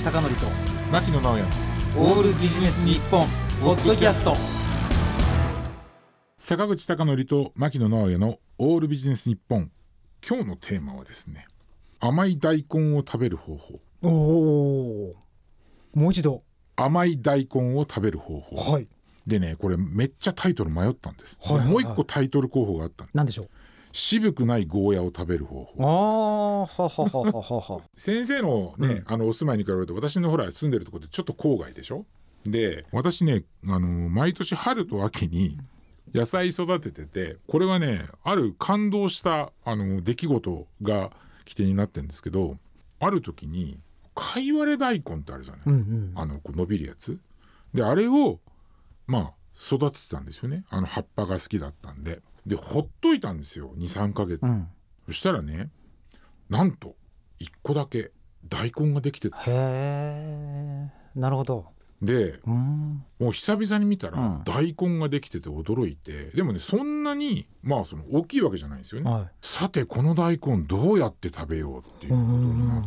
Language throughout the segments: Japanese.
口貴教と牧野直哉オールビジネス日本ポッドキャスト。 坂口貴教と牧野直哉のオールビジネス日本。今日のテーマはですね、甘い大根を食べる方法。 おー、もう一度。 甘い大根を食べる方法、 はい、 でね、これめっちゃタイトル迷ったんです、 はいはいはい、 もう一個タイトル候補があった。 何でしょう。 渋くないゴーヤを食べる方法。 ははは先生のね、お住まいに比べると私のほら住んでるところってちょっと郊外でしょ。で、私ね、毎年春と秋に野菜育ててて、これはね、ある感動した出来事が起点になってるんですけど、ある時にかいわれ大根ってあるじゃない、こう伸びるやつで、あれを育ててたんですよね。葉っぱが好きだったんで。で、ほっといたんですよ、 2,3 ヶ月、そしたらね、なんと1個だけ大根ができてた。 へー、なるほど。 で、もう久々に見たら大根ができてて驚いて、でもね、そんなにその大きいわけじゃないんですよね、はい、さてこの大根どうやって食べようっていうことになって、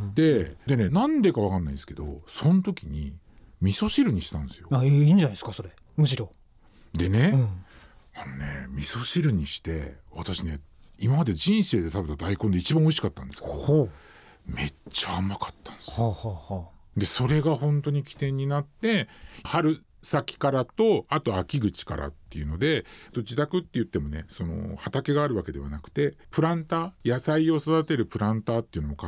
でね、なんでかわかんないんですけど、その時に味噌汁にしたんですよ。 いいんじゃないですか、それ。むしろでね、味噌汁にして、私ね、今まで人生で食べた大根で一番美味しかったんですけど、めっちゃ甘かったんですよ。で、それが本当に起点になって、春先からと、あと秋口からっていうので、自宅って言ってもね、その畑があるわけではなくて、プランター、野菜を育てるプランターっていうのを買って、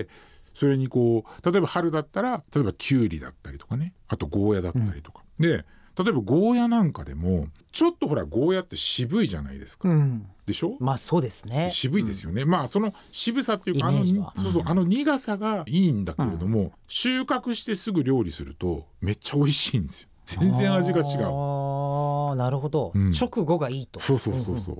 それにこう、例えば春だったら、例えばキュウリだったりとかね、あとゴーヤだったりとか、で、例えばゴーヤなんかでもちょっとほらゴーヤって渋いじゃないですか、でしょ。 そうですね、 渋いですよね、その渋さっていうか、苦さがいいんだけれども、収穫してすぐ料理するとめっちゃ美味しいんですよ。全然味が違う。 なるほど、直後がいいと。そう、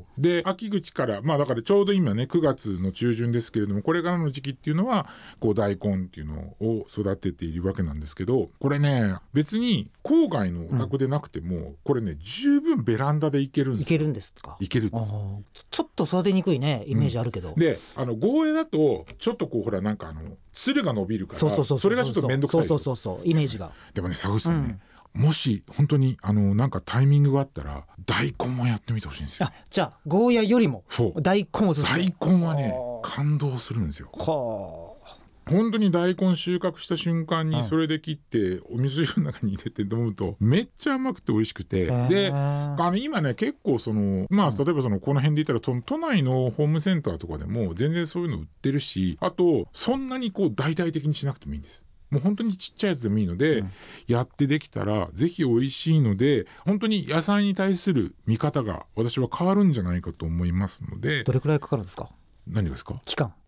で、秋口からだからちょうど今ね、9月の中旬ですけれども、これからの時期っていうのはこう大根っていうのを育てているわけなんですけど、これね、別に郊外のお宅でなくても、これね、十分ベランダでいけるんです。 いけるんですか。 いけるんです。 ちょっと育てにくいね、イメージあるけど、 で、ゴーヤだとちょっとこうほらなんかつるが伸びるから、それがちょっとめんどくさい。 そうイメージが。 でもね、坂口さんね、もし本当になんかタイミングがあったら大根もやってみてほしいんですよ。 じゃあゴーヤよりも大根を大根はね、感動するんですよ。本当に大根収穫した瞬間にそれで切ってお味噌汁の中に入れて飲むとめっちゃ甘くて美味しくて、で、今ね、結構例えばこの辺で言ったら都内のホームセンターとかでも全然そういうの売ってるし、あとそんなにこう大々的にしなくてもいいんです。もう本当にちっちゃいやつでもいいので、やってできたらぜひ美味しいので、本当に野菜に対する見方が私は変わるんじゃないかと思いますので。 どれくらいかかるんですか。 何ですか。期間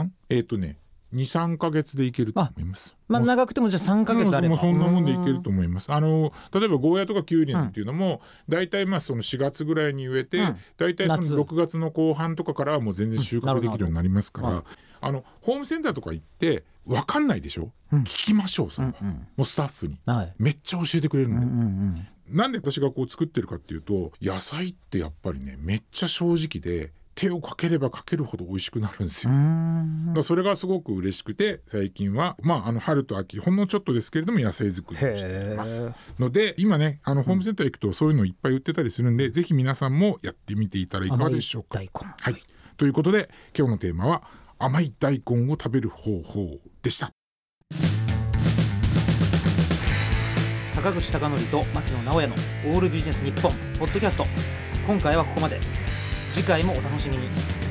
2,3 ヶ月でいけると思います。 長くてもじゃあ3ヶ月あれば、 そんなもんでいけると思います。例えばゴーヤとかキュウリなんていうのも、大体その4月ぐらいに植えて、大体その6月の後半とかからはもう全然収穫できるようになりますから、ホームセンターとか行って分かんないでしょ、聞きましょう。それはもうスタッフにめっちゃ教えてくれるので、なんで私がこう作ってるかっていうと、野菜ってやっぱりね、めっちゃ正直で手をかければかけるほど美味しくなるんですよ。それがすごく嬉しくて、最近は春と秋ほんのちょっとですけれども野菜作りをしていますので、今ね、ホームセンター行くとそういうのいっぱい売ってたりするんで、ぜひ皆さんもやってみていたらいかがでしょうか。はい、ということで今日のテーマは甘い大根を食べる方法でした。 坂口貴教と牧野直哉のオールビジネス日本ポッドキャスト、今回はここまで。次回もお楽しみに。